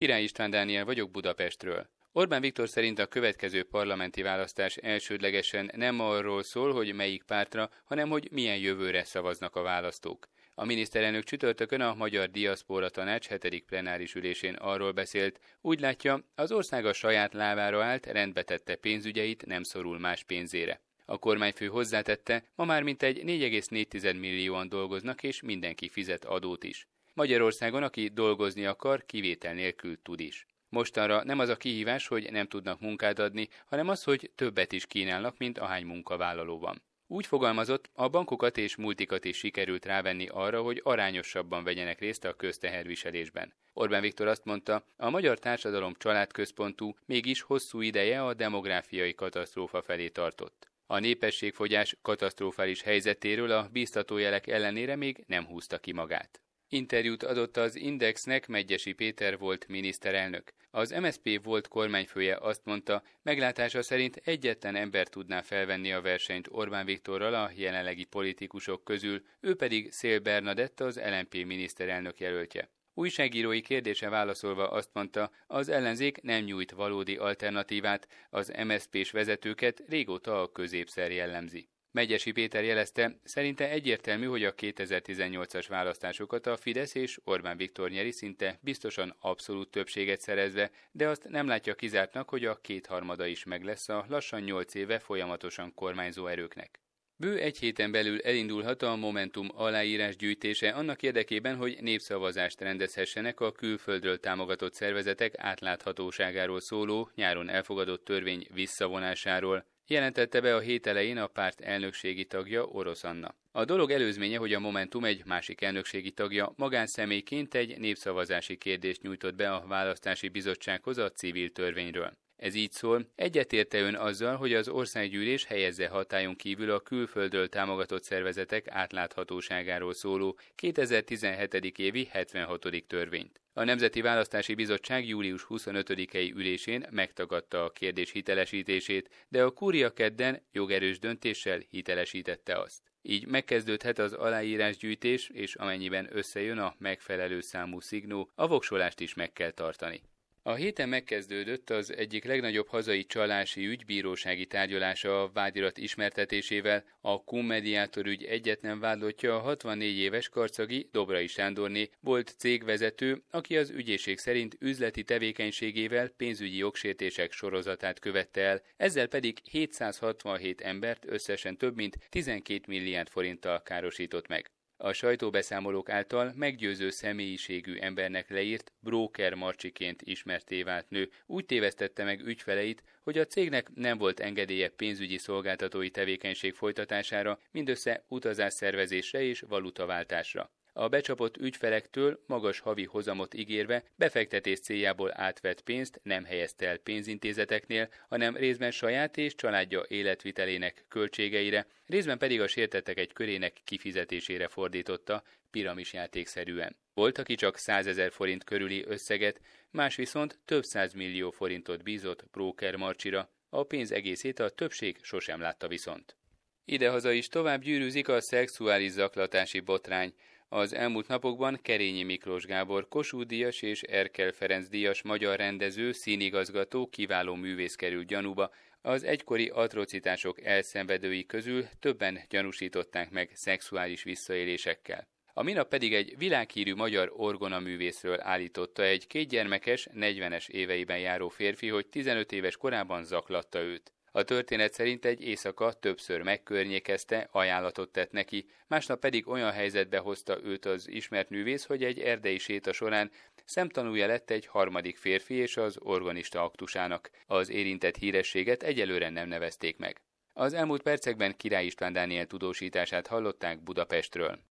Király István Dániel vagyok Budapestről. Orbán Viktor szerint a következő parlamenti választás elsődlegesen nem arról szól, hogy melyik pártra, hanem hogy milyen jövőre szavaznak a választók. A miniszterelnök csütörtökön a Magyar Diaszpóra Tanács 7. plenáris ülésén arról beszélt, úgy látja, az ország a saját lábára állt, rendbe tette pénzügyeit, nem szorul más pénzére. A kormányfő hozzátette, ma már mintegy 4,4 millióan dolgoznak, és mindenki fizet adót is. Magyarországon, aki dolgozni akar, kivétel nélkül tud is. Mostanra nem az a kihívás, hogy nem tudnak munkát adni, hanem az, hogy többet is kínálnak, mint ahány munkavállaló van. Úgy fogalmazott, a bankokat és multikat is sikerült rávenni arra, hogy arányosabban vegyenek részt a közteherviselésben. Orbán Viktor azt mondta, a magyar társadalom családközpontú, mégis hosszú ideje a demográfiai katasztrófa felé tartott. A népességfogyás katasztrofális helyzetéről a bíztató jelek ellenére még nem húzta ki magát. Interjút adott az Indexnek Medgyessy Péter volt miniszterelnök. Az MSZP volt kormányfője azt mondta, meglátása szerint egyetlen ember tudná felvenni a versenyt Orbán Viktorral a jelenlegi politikusok közül, ő pedig Széll Bernadett, az LMP miniszterelnök jelöltje. Újságírói kérdése válaszolva azt mondta, az ellenzék nem nyújt valódi alternatívát, az MSZP-s vezetőket régóta a középszer jellemzi. Medgyessy Péter jelezte, szerinte egyértelmű, hogy a 2018-as választásokat a Fidesz és Orbán Viktor nyeri, szinte biztosan abszolút többséget szerezve, de azt nem látja kizártnak, hogy a kétharmada is meg lesz a lassan 8 éve folyamatosan kormányzó erőknek. Bő egy héten belül elindulhat a Momentum aláírásgyűjtése annak érdekében, hogy népszavazást rendezhessenek a külföldről támogatott szervezetek átláthatóságáról szóló, nyáron elfogadott törvény visszavonásáról, jelentette be a hét elején a párt elnökségi tagja, Orosz Anna. A dolog előzménye, hogy a Momentum egy másik elnökségi tagja magánszemélyként egy népszavazási kérdést nyújtott be a választási bizottsághoz a civil törvényről. Ez így szól, egyetérte ön azzal, hogy az országgyűlés helyezze hatályon kívül a külföldről támogatott szervezetek átláthatóságáról szóló 2017. évi 76. törvényt. A Nemzeti Választási Bizottság július 25-i ülésén megtagadta a kérdés hitelesítését, de a kúria kedden jogerős döntéssel hitelesítette azt. Így megkezdődhet az aláírásgyűjtés, és amennyiben összejön a megfelelő számú szignó, a voksolást is meg kell tartani. A héten megkezdődött az egyik legnagyobb hazai csalási ügy bírósági tárgyalása a vádirat ismertetésével. A KUM mediátor ügy egyetlen vádlottja a 64 éves karcagi Dobrai Sándorné volt cégvezető, aki az ügyészség szerint üzleti tevékenységével pénzügyi jogsértések sorozatát követte el, ezzel pedig 767 embert összesen több mint 12 milliárd forinttal károsított meg. A sajtóbeszámolók által meggyőző személyiségű embernek leírt Bróker Marcsiként ismertté vált nő úgy tévesztette meg ügyfeleit, hogy a cégnek nem volt engedélye pénzügyi szolgáltatói tevékenység folytatására, mindössze utazásszervezésre és valutaváltásra. A becsapott ügyfelektől magas havi hozamot ígérve befektetés céljából átvett pénzt nem helyezte el pénzintézeteknél, hanem részben saját és családja életvitelének költségeire, részben pedig a sértettek egy körének kifizetésére fordította, piramisjátékszerűen. Volt, aki csak 100 000 forint körüli összeget, más viszont több 100 millió forintot bízott Bróker Marcsira, a pénz egészét a többség sosem látta viszont. Idehaza is tovább gyűrűzik a szexuális zaklatási botrány. Az elmúlt napokban Kerényi Miklós Gábor Kossuth-díjas és Erkel Ferenc díjas magyar rendező, színigazgató, kiváló művész került gyanúba. Az egykori atrocitások elszenvedői közül többen gyanúsították meg szexuális visszaélésekkel. A minap pedig egy világhírű magyar orgonaművészről állította egy 2 gyermekes, 40-es éveiben járó férfi, hogy 15 éves korában zaklatta őt. A történet szerint egy éjszaka többször megkörnyékezte, ajánlatot tett neki, másnap pedig olyan helyzetbe hozta őt az ismert művész, hogy egy erdei séta során szemtanúja lett egy harmadik férfi és az organista aktusának. Az érintett hírességet egyelőre nem nevezték meg. Az elmúlt percekben Király István Dániel tudósítását hallották Budapestről.